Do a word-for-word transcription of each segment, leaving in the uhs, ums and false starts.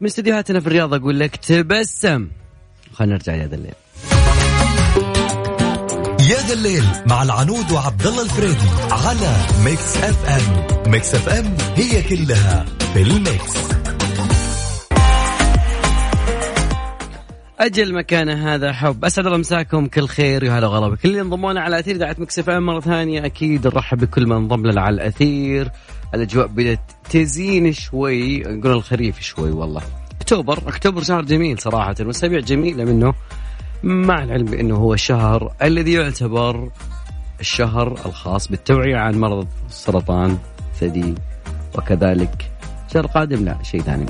من استديوهاتنا في الرياض أقول لك تبسم. خلينا نرجع يا ذا الليل. يا ذا الليل مع العنود وعبد الله الفريدي على ميكس اف ام. ميكس اف ام هي كلها في الميكس. أجل مكان هذا حب. أسعد الله مساكم كل خير وهلا وغلا بكل اللي انضمونا على أثير إذاعة ميكس اف ام مرة ثانية. أكيد نرحب بكل من انضم لنا على الأثير. الأجواء بدأت تزين شوي، نقول الخريف شوي. والله أكتوبر أكتوبر شهر جميل صراحة، والأسابيع جميلة منه، مع العلم بأنه هو الشهر الذي يعتبر الشهر الخاص بالتوعية عن مرض السرطان الثدي، وكذلك الشهر القادم لا شيء ثاني،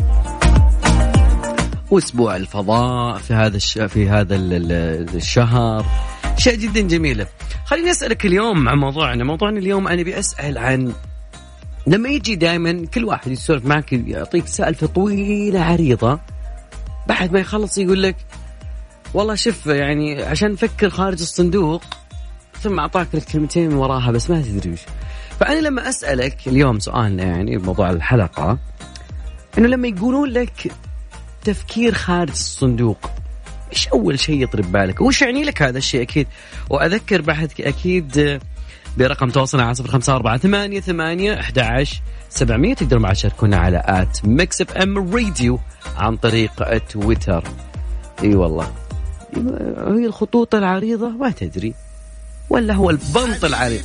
وأسبوع الفضاء في هذا الش... في هذا الشهر، شيء جدا جميل. خليني أسألك اليوم عن موضوعنا. موضوعنا اليوم أنا بأسأل عن لما يجي دائما كل واحد يسولف معك يعطيك سالفة طويلة عريضة، بعد ما يخلص يقول لك والله شوف يعني عشان نفكر خارج الصندوق، ثم أعطاك الكلمتين من وراها بس ما تدري وش. فأنا لما أسألك اليوم سؤالنا يعني بموضوع الحلقة، إنه لما يقولون لك تفكير خارج الصندوق، إيش أول شيء يطرب بالك؟ وش يعني لك هذا الشيء؟ أكيد وأذكر بعدك أكيد برقم تواصلنا على صفر خمسة أربعة ثمانية ثمانية أحد عشر سبعمية. تقدروا معنا تشاركونا على آت ميكس اف ام راديو عن طريق تويتر. اي والله هي الخطوط العريضة ما تدري ولا هو البنط العريض.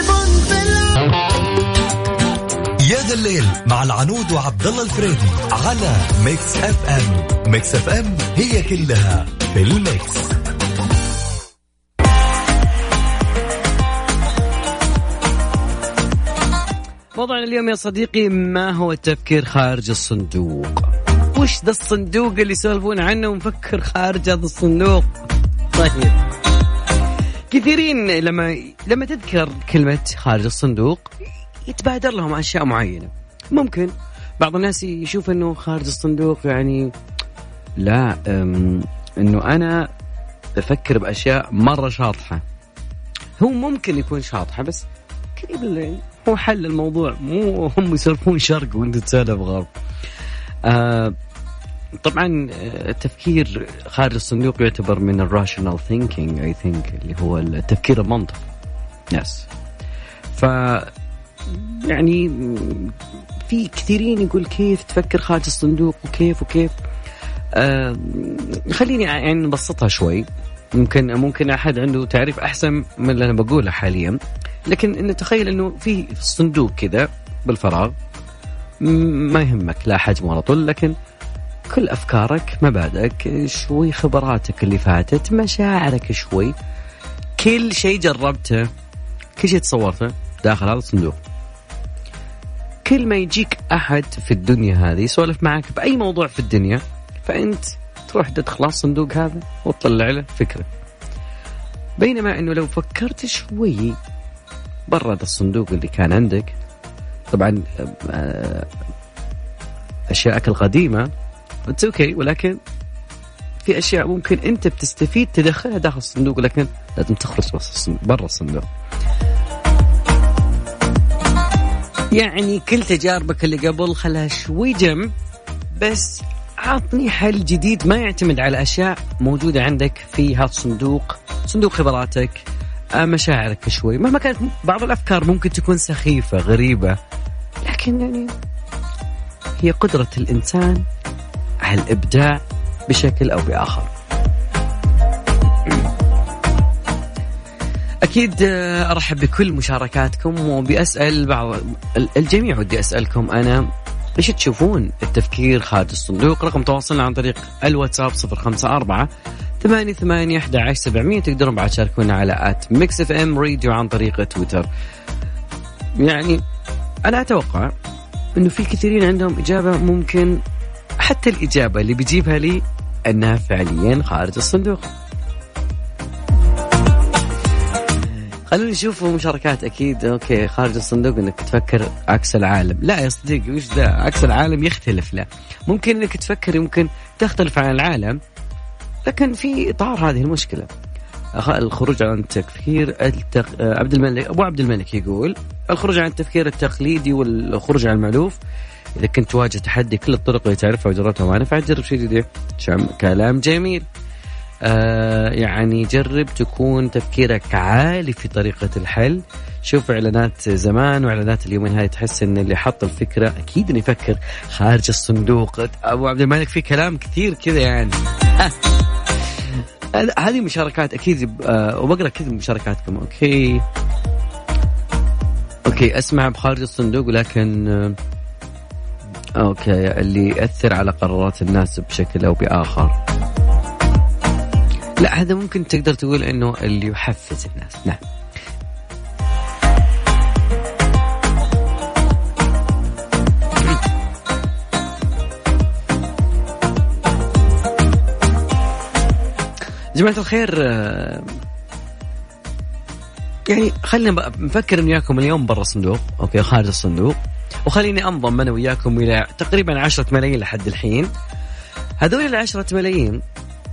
يا ذا الليل مع العنود وعبد الله الفريدي على ميكس اف ام. ميكس اف ام هي كلها في الميكس. موضوعنا اليوم يا صديقي، ما هو التفكير خارج الصندوق؟ وش ذا الصندوق اللي يسولفون عنه ونفكر خارج هذا الصندوق؟ طيب كثيرين لما لما تذكر كلمة خارج الصندوق يتبادر لهم أشياء معينة. ممكن بعض الناس يشوف أنه خارج الصندوق يعني لا أنه أنا بفكر بأشياء مرة شاطحة. هو ممكن يكون شاطحة بس قريب الليل، هو حل الموضوع، مو هم يسولفون شرق وانت تسولف غرب. آه طبعا التفكير خارج الصندوق يعتبر من الراشنال ثينكينج اي ثينك، اللي هو التفكير المنطقي. يس ف يعني في كثيرين يقول كيف تفكر خارج الصندوق وكيف وكيف. آه خليني يعني نبسطها شوي. ممكن ممكن أحد عنده تعريف أحسن من اللي أنا بقوله حاليا، لكن نتخيل إنه في الصندوق كذا بالفراغ، ما يهمك لا حجم ولا طول، لكن كل أفكارك، مبادئك، شوي خبراتك اللي فاتت، مشاعرك شوي، كل شيء جربته، كل شيء تصورته داخل هذا الصندوق. كل ما يجيك أحد في الدنيا هذه يسولف معك بأي موضوع في الدنيا، فأنت تروح تدخل الصندوق هذا وتطلع له فكرة. بينما أنه لو فكرت شوي برا الصندوق اللي كان عندك، طبعا أشياءك القديمة it's okay، ولكن في أشياء ممكن أنت بتستفيد تدخلها داخل الصندوق، لكن لازم تخرج بس برا الصندوق. يعني كل تجاربك اللي قبل خلها شوي جنب، بس عطني حل جديد ما يعتمد على أشياء موجودة عندك في هذا الصندوق، صندوق خبراتك، مشاعرك شوي. مهما كانت بعض الأفكار ممكن تكون سخيفة غريبة، لكن يعني هي قدرة الإنسان على الإبداع بشكل أو بآخر. أكيد أرحب بكل مشاركاتكم، وبأسأل بعض الجميع. ودي أسألكم أنا، إيش تشوفون التفكير خارج الصندوق؟ رقم تواصلنا عن طريق الواتساب صفر خمسة أربعة ثمانية ثمانية أحد عشر سبعمية. تقدرون بعد تشاركونا على آت ميكس اف ام راديو عن طريق تويتر. يعني أنا أتوقع إنه في كثيرين عندهم إجابة، ممكن حتى الإجابة اللي بيجيبها لي أنها فعليا خارج الصندوق. خلونا نشوف مشاركات. أكيد أوكي خارج الصندوق إنك تفكر عكس العالم. لا يا صديقي، وش ذا عكس العالم؟ يختلف. لا ممكن إنك تفكر يمكن تختلف عن العالم، لكن في إطار هذه المشكلة. الخروج عن التفكير التق... عبد الملك أبو عبد الملك يقول الخروج عن التفكير التقليدي والخروج عن المألوف إذا كنت تواجه تحدي كل الطرق اللي تعرفها وجربتها ما نفعت جرب شيء جديد. كلام جميل. آه يعني جرب تكون تفكيرك عالي في طريقة الحل. شوف إعلانات زمان وإعلانات اليومين هاي تحس إن اللي حط الفكرة أكيد إنه يفكر خارج الصندوق. أبو عبد الملك في كلام كثير كذا يعني. هذه مشاركات أكيد. آه وبقرأ كذا مشاركاتكم. أوكي أوكي أسمع بخارج الصندوق ولكن آه أوكي اللي يأثر على قرارات الناس بشكل أو بآخر. لا هذا ممكن تقدر تقول إنه اللي يحفز الناس. نعم. جماعة الخير يعني خلينا نفكر إن وياكم اليوم برا الصندوق. أوكي خارج الصندوق. وخليني أنضم أنا وياكم إلى تقريبا عشرة ملايين لحد الحين. هذول العشرة ملايين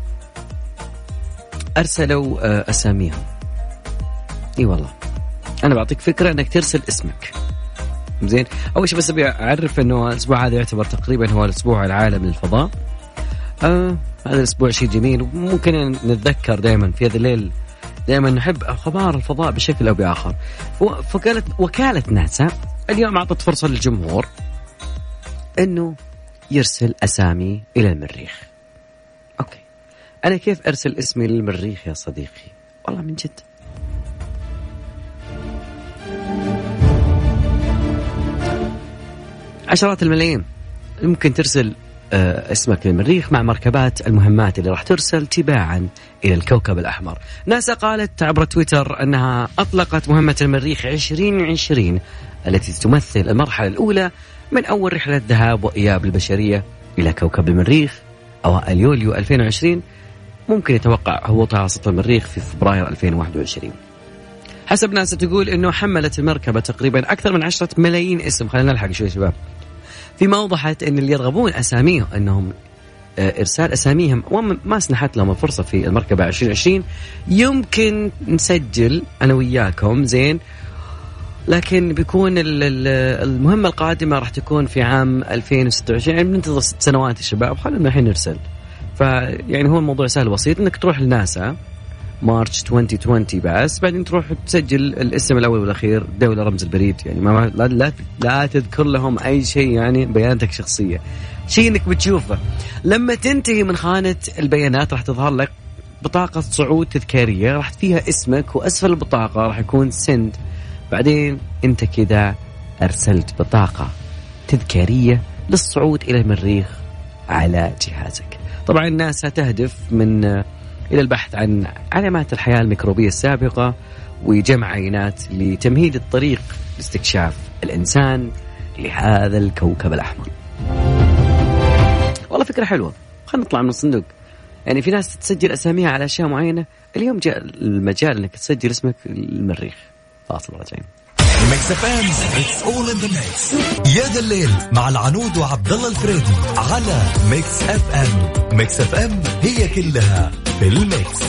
أرسلوا أساميهم. إي والله أنا بعطيك فكرة أنك ترسل اسمك. زين أول شيء بس أبي أعرف أنه الأسبوع هذا يعتبر تقريبا هو الأسبوع العالم للفضاء. آه هذا الأسبوع شيء جميل وممكن نتذكر دائما في هذا الليل دائما نحب أخبار الفضاء بشكل أو بآخر. فقالت وكالة ناسا اليوم أعطت فرصة للجمهور أنه يرسل أسامي إلى المريخ. أوكي أنا كيف أرسل اسمي للمريخ يا صديقي؟ والله من جد عشرات الملايين ممكن ترسل اسمك للمريخ مع مركبات المهمات اللي راح ترسل تباعا إلى الكوكب الأحمر. ناسا قالت عبر تويتر أنها أطلقت مهمة المريخ عشرين عشرين التي تمثل المرحلة الأولى من أول رحلة ذهاب وإياب البشرية إلى كوكب المريخ أوائل يوليو ألفين وعشرين. ممكن يتوقع هبوطها على سطح المريخ في فبراير ألفين وواحد وعشرين. حسب ناسا تقول أنه حملت المركبة تقريبا أكثر من عشرة ملايين اسم. خلينا نلحق شوي شباب. فيما وضحت أن اللي يرغبون أساميهم أنهم إرسال أساميهم وما سنحت لهم الفرصة في المركبة عشرين عشرين يمكن نسجل أنا وياكم. زين لكن بيكون المهمة القادمة راح تكون في عام ألفين وستة وعشرين. يعني بننتظر ست سنوات الشباب. خلينا الحين نرسل. فيعني هو الموضوع سهل بسيط إنك تروح لناسا مارش ألفين وعشرين بس بعدين تروح تسجل الاسم الأول والأخير دولة رمز البريد. يعني ما لا لا, لا تذكر لهم أي شيء يعني بياناتك الشخصية. شيء إنك بتشوفه لما تنتهي من خانة البيانات راح تظهر لك بطاقة صعود تذكارية راح فيها اسمك وأسفل البطاقة راح يكون سند. بعدين أنت كذا أرسلت بطاقة تذكارية للصعود إلى المريخ على جهازك. طبعا الناس تهدف من إلى البحث عن علامات الحياة الميكروبية السابقة وجمع عينات لتمهيد الطريق لاستكشاف الإنسان لهذا الكوكب الأحمر. والله فكرة حلوة. خلينا نطلع من الصندوق. يعني في ناس تسجل أساميها على أشياء معينة. اليوم جاء المجال أنك تسجل اسمك المريخ. فاصل راجعين. يا ذا الليل مع العنود وعبد الله الفريدي على ميكس اف ام. ميكس اف ام هي كلها في الميكس.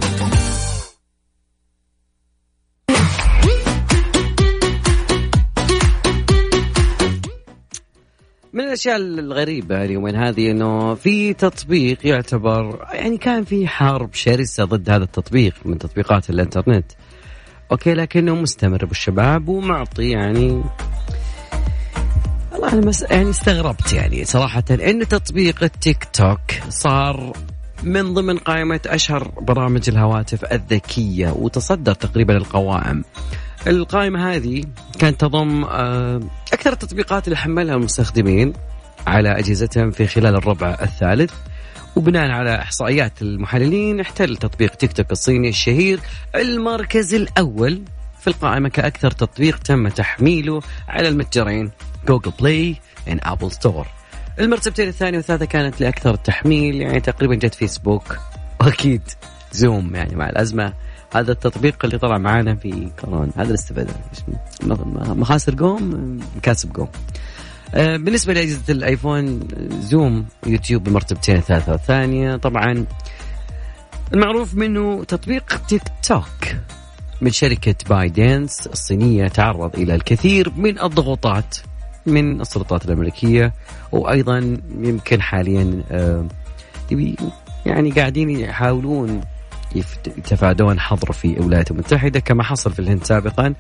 من الأشياء الغريبة اليومين هذه إنه في تطبيق يعتبر يعني كان في حرب شرسة ضد هذا التطبيق من تطبيقات الإنترنت. أوكي لكنه مستمر بالشباب ومعطي يعني والله أنا مس... يعني استغربت يعني صراحة إن تطبيق التيك توك صار من ضمن قائمة أشهر برامج الهواتف الذكية وتصدر تقريبا القوائم. القائمة هذه كانت تضم أكثر التطبيقات اللي حملها المستخدمين على أجهزتهم في خلال الربع الثالث. وبناء على إحصائيات المحللين احتل تطبيق تيك توك الصيني الشهير المركز الأول في القائمة كأكثر تطبيق تم تحميله على المتجرين جوجل بلاي and أبل ستور. المرتبتين الثانية والثالثة كانت لأكثر التحميل يعني تقريبا جت فيسبوك وأكيد زوم. يعني مع الأزمة هذا التطبيق اللي طلع معانا في كورونا هذا الاستفادة مخاسر قوم مكاسب قوم. بالنسبة لأجهزة الآيفون زوم يوتيوب بالمرتبتين الثالثة والثانية. طبعا المعروف منه تطبيق تيك توك من شركة بايدانس الصينية تعرض إلى الكثير من الضغوطات من السلطات الأمريكية، وأيضا يمكن حاليا يعني قاعدين يحاولون يتفادون حظر في الولايات المتحدة كما حصل في الهند سابقا.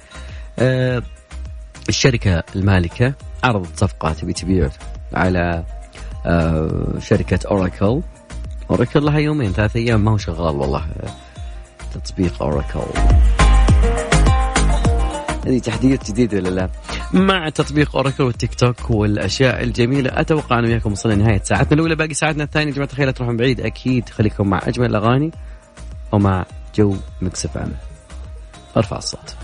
الشركة المالكة عرضت صفقة تبي تبيع على شركة أوراكل. أوراكل لها يومين ثلاثة أيام ما هو شغال والله تطبيق أوراكل. هذه تحديث جديد ولا لا؟ مع تطبيق أوراكل والتيك توك والأشياء الجميلة. أتوقع أن وياكم وصلنا لنهاية ساعتنا الأولى، باقي ساعتنا الثانية. جماعة الخير لا تروحون بعيد، أكيد خليكم مع أجمل الأغاني ومع جو ميكس اف ام. ارفع الصوت.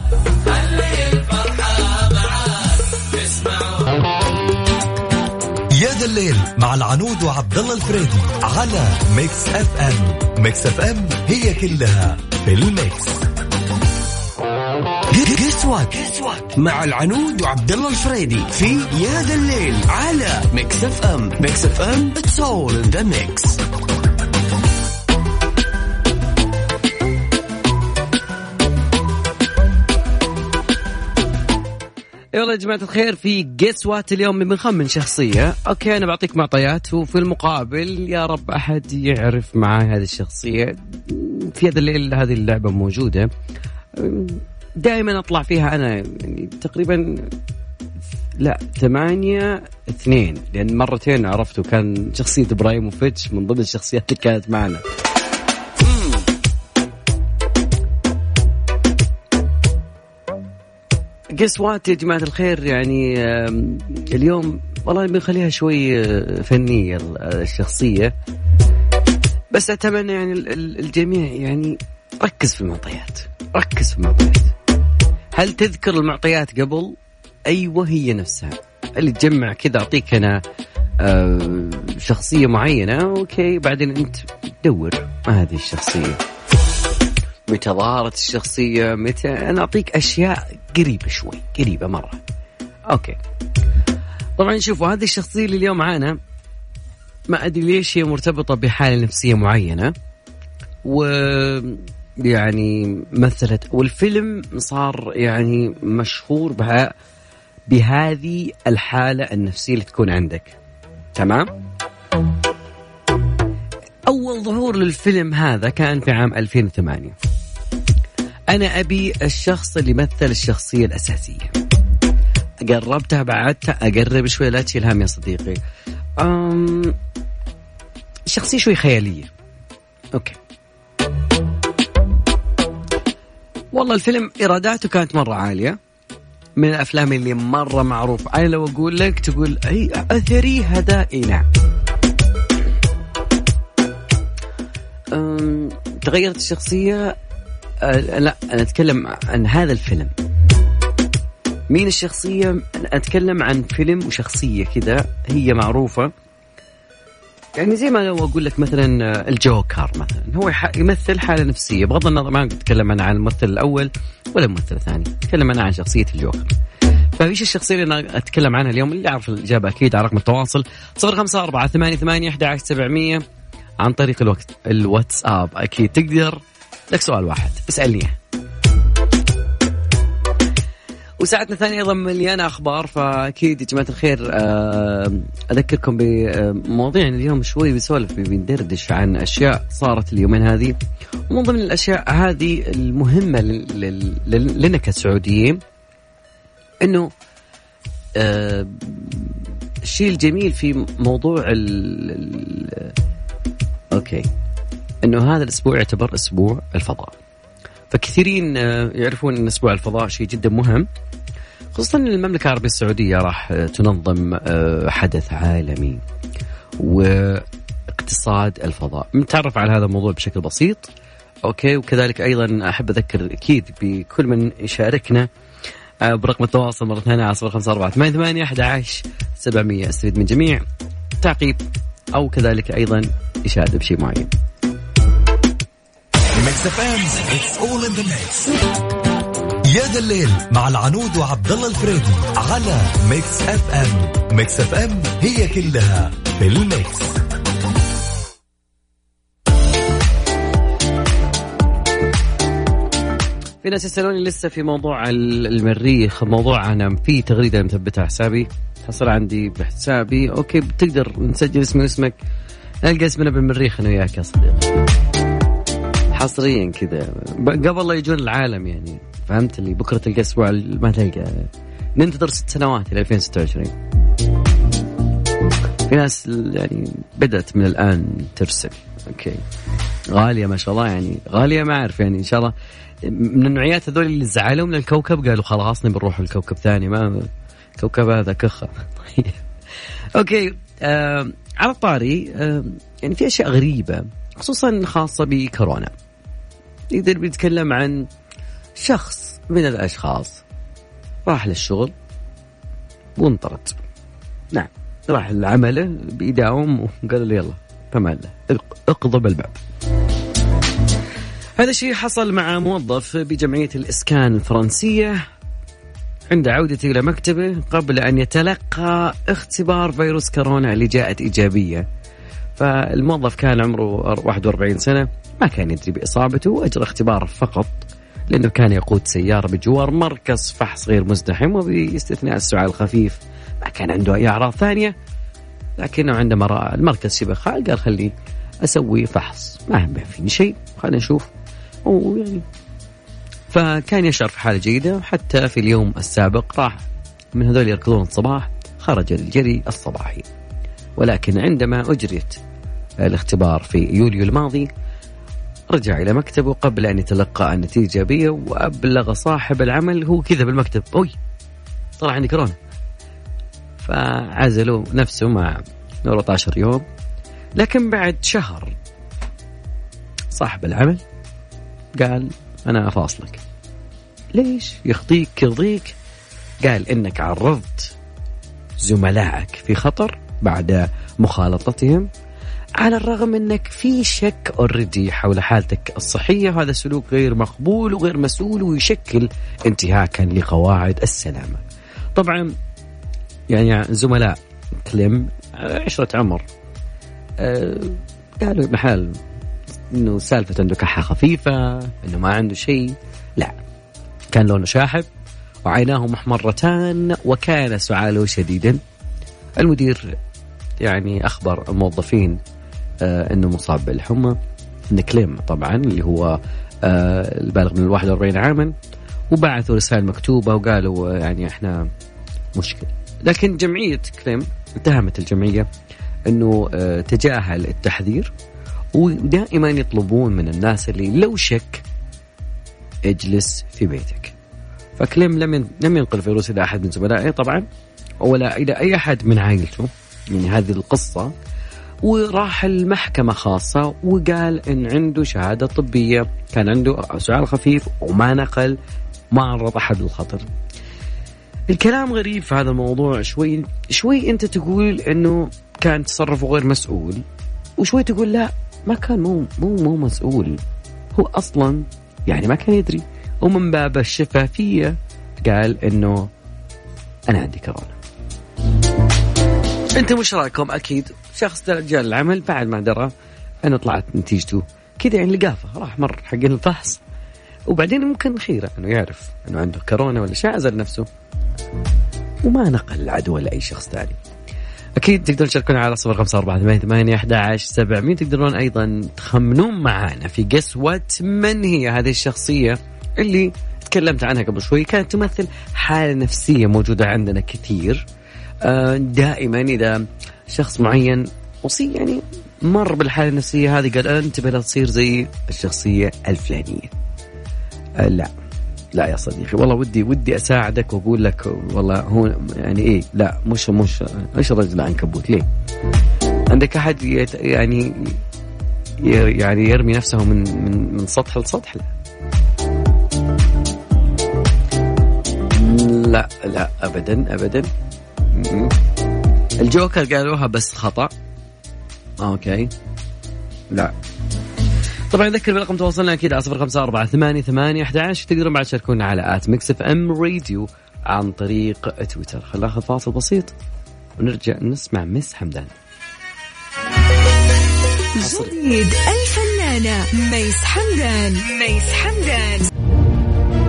يا ذا الليل مع العنود وعبد الله الفريدي على ميكس اف ام. ميكس اف ام هي كلها في الميكس. Guess what? مع العنود وعبد الله الفريدي في يا ذا الليل على ميكس اف ام. ميكس اف ام it's all in the mix. يلا يا جماعة الخير، في جيس وات اليوم بنخمن شخصية. أوكي أنا بعطيك معطيات وفي المقابل يا رب أحد يعرف معي هذه الشخصية. في هذا الليل هذه اللعبة موجودة دائما أطلع فيها أنا يعني تقريبا لا ثمانية اثنين، لأن مرتين عرفته كان شخصية إبراهيموفيتش من ضمن الشخصيات اللي كانت معنا. جيس وات يا جماعة الخير، يعني اليوم والله بنخليها شوي فنية الشخصية، بس أتمنى يعني الجميع يعني ركز في المعطيات، ركز في المعطيات. هل تذكر المعطيات قبل؟ أيوة هي نفسها اللي تجمع كذا. أعطيك أنا شخصية معينة أوكي، بعدين أنت دور ما هذه الشخصية، متى ظهرت الشخصية، متى. أنا أعطيك أشياء قريبة شوي، قريبة مرة. أوكي طبعا شوفوا هذه الشخصية اللي اليوم معانا ما أدري ليش هي مرتبطة بحالة نفسية معينة، ويعني مثلت والفيلم صار يعني مشهور بها بهذه الحالة النفسية اللي تكون عندك. تمام. أول ظهور للفيلم هذا كان في عام ألفين وثمانية. أنا أبي الشخص اللي مثل الشخصية الأساسية. قربتها بعدتها أقرب شوي، لا تشيل هم يا صديقي. أم... الشخصية شوي خيالية. أوكي والله الفيلم إيراداته كانت مرة عالية، من الأفلام اللي مرة معروف. أنا لو أقول لك تقول أي أثري هدائي. نعم. أم... تغيرت الشخصية. أه لا أنا أتكلم عن هذا الفيلم. مين الشخصية؟ أنا أتكلم عن فيلم وشخصية كذا هي معروفة، يعني زي ما لو أقول لك مثلا الجوكر مثلا، هو يمثل حالة نفسية بغض النظر. ما أتكلم أنا عن الممثل الأول ولا الممثل الثاني، أتكلم أنا عن شخصية الجوكر. فإيش الشخصية اللي أنا أتكلم عنها اليوم؟ اللي يعرف الإجابة أكيد على رقم التواصل صفر خمسة أربعة ثمانية ثمانية أحد عشر سبعمية عن طريق الوقت الواتساب. أكيد تقدر. لك سؤال واحد اسألني. وساعتنا الثانية أيضا مليانة أخبار، فأكيد يا جماعة الخير أذكركم بمواضيع اليوم شوي بسولف بندردش عن أشياء صارت اليومين هذه، ومن ضمن الأشياء هذه المهمة لنا كسعوديين إنه الشيء الجميل في موضوع ال أوكي إنه هذا الأسبوع يعتبر أسبوع الفضاء. فكثيرين يعرفون أن أسبوع الفضاء شيء جدا مهم، خصوصا أن المملكة العربية السعودية راح تنظم حدث عالمي واقتصاد الفضاء. نتعرف على هذا الموضوع بشكل بسيط أوكي. وكذلك أيضا أحب أذكر أكيد بكل من يشاركنا برقم التواصل مرة ثانية على صفر خمسة أربعة ثمانية ثمانية أحد عشر سبعمية. استفيد من جميع تعقيب أو كذلك أيضا إشادة بشيء معين. ميكس اف ام it's all in the mix. يا ذا الليل مع العنود وعبد الله الفريدي على ميكس اف ام. ميكس اف ام هي كلها في الميكس. في في ناس يسألوني لسه في موضوع المريخ، موضوع أنا في تغريدة مثبتها حسابي، حصل عندي بحسابي أوكي بتقدر نسجل اسمي واسمك، نلقى اسمنا بالمريخ أنا وياك يا صديقي حصريا كذا قبل لا يجون العالم يعني، فهمت اللي بكرة تلقى أسبوع ما تلقى، ننتظر ست سنوات إلى ألفين وستة وعشرين. في ناس يعني بدأت من الآن ترسل أوكي غالية ما شاء الله، يعني غالية ما أعرف يعني إن شاء الله من النوعيات هذول اللي زعلوا من الكوكب قالوا خلاص نبي نروح الكوكب ثاني، ما كوكب هذا كخة. أوكي آه على الطاري آه يعني في أشياء غريبة خصوصا خاصة بكورونا. نقدر بنتكلم عن شخص من الأشخاص راح للشغل وانطرد، نعم راح العمل بيداوم وقال له يلا فما له اقضب الباب. هذا الشيء حصل مع موظف بجمعية الإسكان الفرنسية عند عودته إلى مكتبه قبل أن يتلقى اختبار فيروس كورونا اللي جاءت إيجابية. فالموظف كان عمره واحد وأربعين سنة، ما كان يدري بإصابته وأجرى اختبار فقط لأنه كان يقود سيارة بجوار مركز فحص غير مزدحم، وباستثناء السعال الخفيف ما كان عنده أي أعراض ثانية، لكنه عندما رأى المركز شبه خال قال خلي أسوي فحص ما هم فيني شيء خلينا نشوف. ويعني فكان يشعر في حالة جيدة، حتى في اليوم السابق راح من هذول يركضون الصباح خرج الجري الصباحي. ولكن عندما أجريت الاختبار في يوليو الماضي رجع إلى مكتبه قبل أن يتلقى النتيجة إيجابية، وأبلغ صاحب العمل هو كذا بالمكتب أوي طلع عندي كورونا، فعزلوا نفسه مع أربعة عشر يوم. لكن بعد شهر صاحب العمل قال أنا أفاصلك. ليش؟ يخطيك يرضيك؟ قال إنك عرضت زملائك في خطر بعد مخالطتهم، على الرغم أنك في شك أوريدي حول حالتك الصحية، وهذا سلوك غير مقبول وغير مسؤول ويشكل انتهاكا لقواعد السلامة. طبعا يعني زملاء كليم عشرة عمر أه قالوا محال إنه سالفة عنده كحة خفيفة، إنه ما عنده شيء، لا كان لونه شاحب وعيناه محمرتان وكان سعاله شديدا. المدير يعني أخبر الموظفين آه إنه مصاب بالحمى، إن كليم طبعا اللي هو آه البالغ من الواحد وأربعين عاما، وبعثوا رسائل مكتوبة وقالوا يعني إحنا مشكلة. لكن جمعية كليم اتهمت الجمعية إنه آه تجاهل التحذير، ودائما يطلبون من الناس اللي لو شك اجلس في بيتك. فكليم لم لم ينقل فيروس إلى أحد من زملائه طبعا ولا إلى أي أحد من عائلته من هذه القصة، وراح المحكمة خاصة وقال إن عنده شهادة طبية، كان عنده سعال خفيف وما نقل، ما عرض أحد للخطر. الكلام غريب في هذا الموضوع، شوي شوي أنت تقول إنه كان تصرفه غير مسؤول، وشوي تقول لا ما كان مو مو مو مسؤول، هو أصلا يعني ما كان يدري، ومن باب الشفافية قال إنه أنا عندي كورونا. أنت مش رأيكم؟ أكيد شخص جاء العمل بعد ما درى أنه طلعت نتيجته كذا يعني لقافة، راح مر حق الفحص وبعدين ممكن خيرة أنه يعرف أنه عنده كورونا ولا شيء، عزل نفسه وما نقل العدوى لأي شخص ثاني. أكيد تقدرون تشاركونا على صفر خمسة أربعة ثمانية ثمانية أحد عشر سبعمية. تقدرون أيضا تخمنون معانا في قسوة من هي هذه الشخصية اللي تكلمت عنها قبل شوي، كانت تمثل حالة نفسية موجودة عندنا كثير. دائما إذا شخص معين وصي يعني مر بالحالة النفسية هذه قال انتبه لا تصير زي الشخصية الفلانية. لا لا يا صديقي والله ودي ودي أساعدك وأقول لك والله هو يعني إيه، لا مش مش إيش رجل عنكبوت ليه؟ عندك أحد يعني يعني يرمي نفسه من من من سطح لسطح؟ لا لا لا أبدا أبدا. الجوكر قالوها بس خطأ. أوكي لا. طبعا ذكر برقم تواصلنا أكيد على صفر خمسة أربعة ثمانية ثمانية أحد عشر. تقدرون بعد تشاركونا على آت ميكس اف ام راديو عن طريق تويتر. خلينا ناخذ فاصل بسيط ونرجع نسمع مس حمدان. جديد الفنانة ميس حمدان. ميس حمدان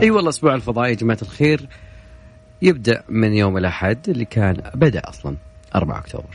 أي والله أسبوع الفضاء يا جماعة الخير يبدأ من يوم الأحد اللي كان بدأ أصلا أربعة أكتوبر.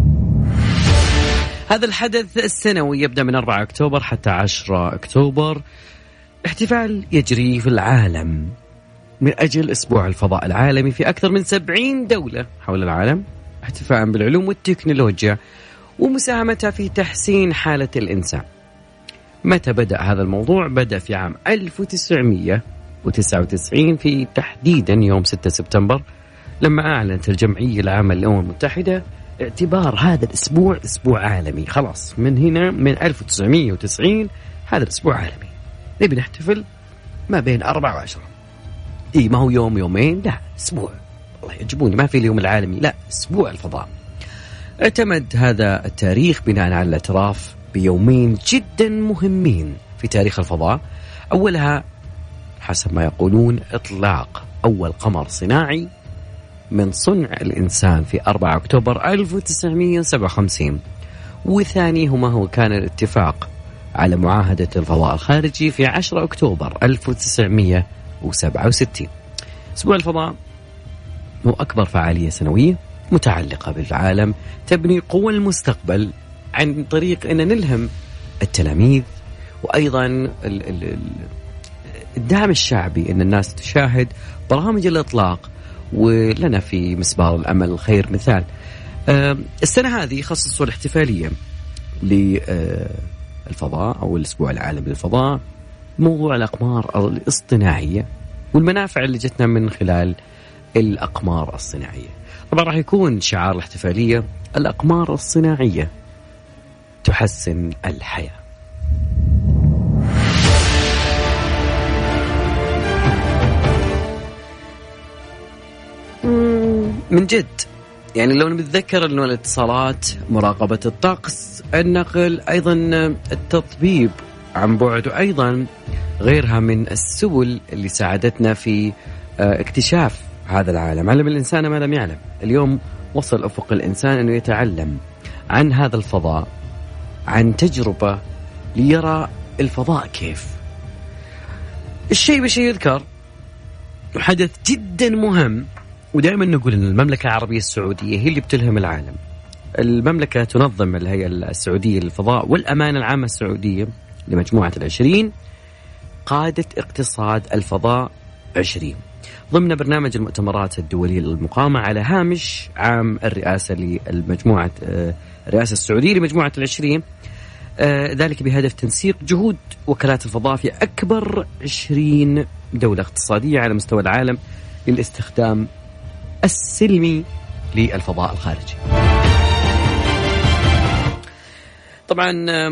هذا الحدث السنوي يبدأ من أربعة أكتوبر حتى عشرة أكتوبر. احتفال يجري في العالم من أجل أسبوع الفضاء العالمي في أكثر من سبعين دولة حول العالم، احتفاء بالعلوم والتكنولوجيا ومساهمتها في تحسين حالة الإنسان. متى بدأ هذا الموضوع؟ بدأ في عام ألف وتسعمائة وتسعة وتسعين في تحديدا يوم ستة سبتمبر، لما أعلنت الجمعية العامة للأمم المتحدة اعتبار هذا الأسبوع أسبوع عالمي. خلاص من هنا من ألف وتسعمائة وتسعين هذا الأسبوع عالمي، نبي نحتفل ما بين أربعة وعشرة. إيه ما هو يوم يومين، لا أسبوع. الله يعجبوني ما في اليوم العالمي، لا أسبوع الفضاء. اعتمد هذا التاريخ بناء على الاعتراف بيومين جدا مهمين في تاريخ الفضاء. أولها حسب ما يقولون إطلاق أول قمر صناعي من صنع الإنسان في أربعة أكتوبر ألف وتسعمائة وسبعة وخمسين، وثاني هما هو كان الاتفاق على معاهدة الفضاء الخارجي في عشرة أكتوبر ألف وتسعمائة وسبعة وستين. أسبوع الفضاء هو أكبر فعالية سنوية متعلقة بالعالم تبني قوى المستقبل عن طريق أن نلهم التلاميذ، وأيضا الدعم الشعبي أن الناس تشاهد برامج الإطلاق. ولنا في مسبار الأمل الخير مثال. السنة هذه خصصوا الاحتفالية للفضاء أو الأسبوع العالمي للفضاء موضوع الأقمار الاصطناعية والمنافع اللي جتنا من خلال الأقمار الصناعية. طبعا راح يكون شعار الاحتفالية الأقمار الصناعية تحسن الحياة. من جد يعني لو نتذكر أنه الاتصالات، مراقبة الطقس، النقل، أيضا التطبيب عن بعد، وأيضا غيرها من السبل اللي ساعدتنا في اكتشاف هذا العالم. علم الإنسان ما لم يعلم. اليوم وصل أفق الإنسان أنه يتعلم عن هذا الفضاء، عن تجربة ليرى الفضاء كيف. الشيء بشيء يذكر حدث جدا مهم، ودائما نقول أن المملكة العربية السعودية هي اللي بتلهم العالم. المملكة تنظم الهيئة السعودية للفضاء والأمانة العامة السعودية لمجموعة العشرين قادة اقتصاد الفضاء عشرين ضمن برنامج المؤتمرات الدولية للمقاومة على هامش عام الرئاسة للمجموعة الرئاسة السعودية لمجموعة العشرين، ذلك بهدف تنسيق جهود وكالات الفضاء في أكبر عشرين دولة اقتصادية على مستوى العالم للاستخدام السلمي للفضاء الخارجي. طبعا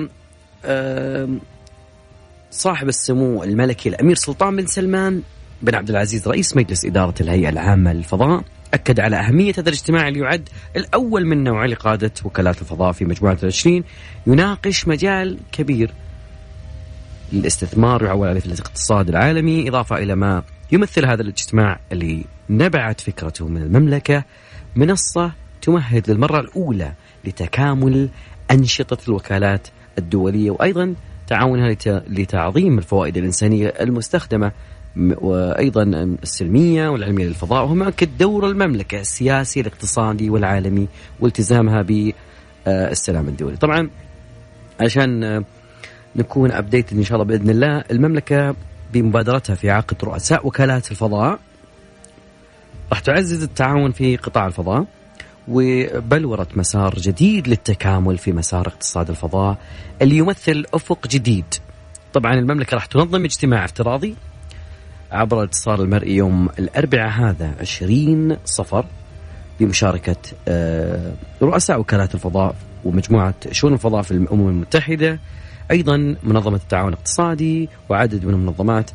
صاحب السمو الملكي الأمير سلطان بن سلمان بن عبد العزيز رئيس مجلس إدارة الهيئة العامة للفضاء أكد على أهمية هذا الاجتماع اللي يعد الأول من نوعه لقادة وكالات الفضاء في مجموعة العشرين، يناقش مجال كبير للاستثمار ويعول عليه في الاقتصاد العالمي، إضافة إلى ما يمثل هذا الاجتماع اللي نبعت فكرته من المملكة منصة تمهد للمرة الأولى لتكامل أنشطة الوكالات الدولية، وأيضا تعاونها لتعظيم الفوائد الإنسانية المستخدمة وأيضا السلمية والعلمية للفضاء. وهم أكد دور المملكة السياسي الاقتصادي والعالمي والتزامها بالسلام الدولي. طبعا عشان نكون أبديت إن شاء الله بإذن الله، المملكة بمبادرتها في عقد رؤساء وكالات الفضاء راح تعزز التعاون في قطاع الفضاء وبلورة مسار جديد للتكامل في مسار اقتصاد الفضاء اللي يمثل أفق جديد. طبعا المملكة راح تنظم اجتماع افتراضي عبر الاتصال المرئي يوم الأربعاء هذا عشرين صفر بمشاركة رؤساء وكالات الفضاء ومجموعة شؤون الفضاء في الأمم المتحدة، أيضا منظمة التعاون الاقتصادي وعدد من المنظمات.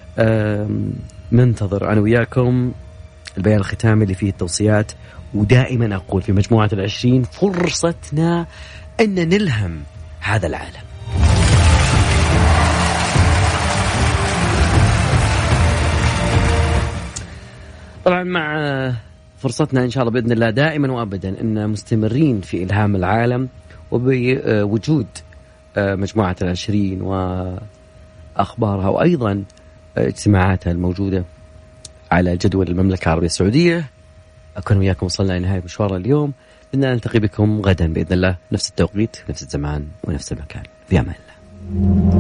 ننتظر أنا وياكم البيان الختامي اللي فيه التوصيات، ودائما أقول في مجموعة العشرين فرصتنا أن نلهم هذا العالم. طبعا مع فرصتنا إن شاء الله بإذن الله دائما وأبدا أن مستمرين في إلهام العالم، وبوجود مجموعة العشرين وأخبارها وأيضا اجتماعاتها الموجودة على جدول المملكة العربية السعودية. أكون وياكم وصلنا لنهاية مشوار اليوم. بدنا نلتقي بكم غدا بإذن الله نفس التوقيت نفس الزمان ونفس المكان. في أمان الله.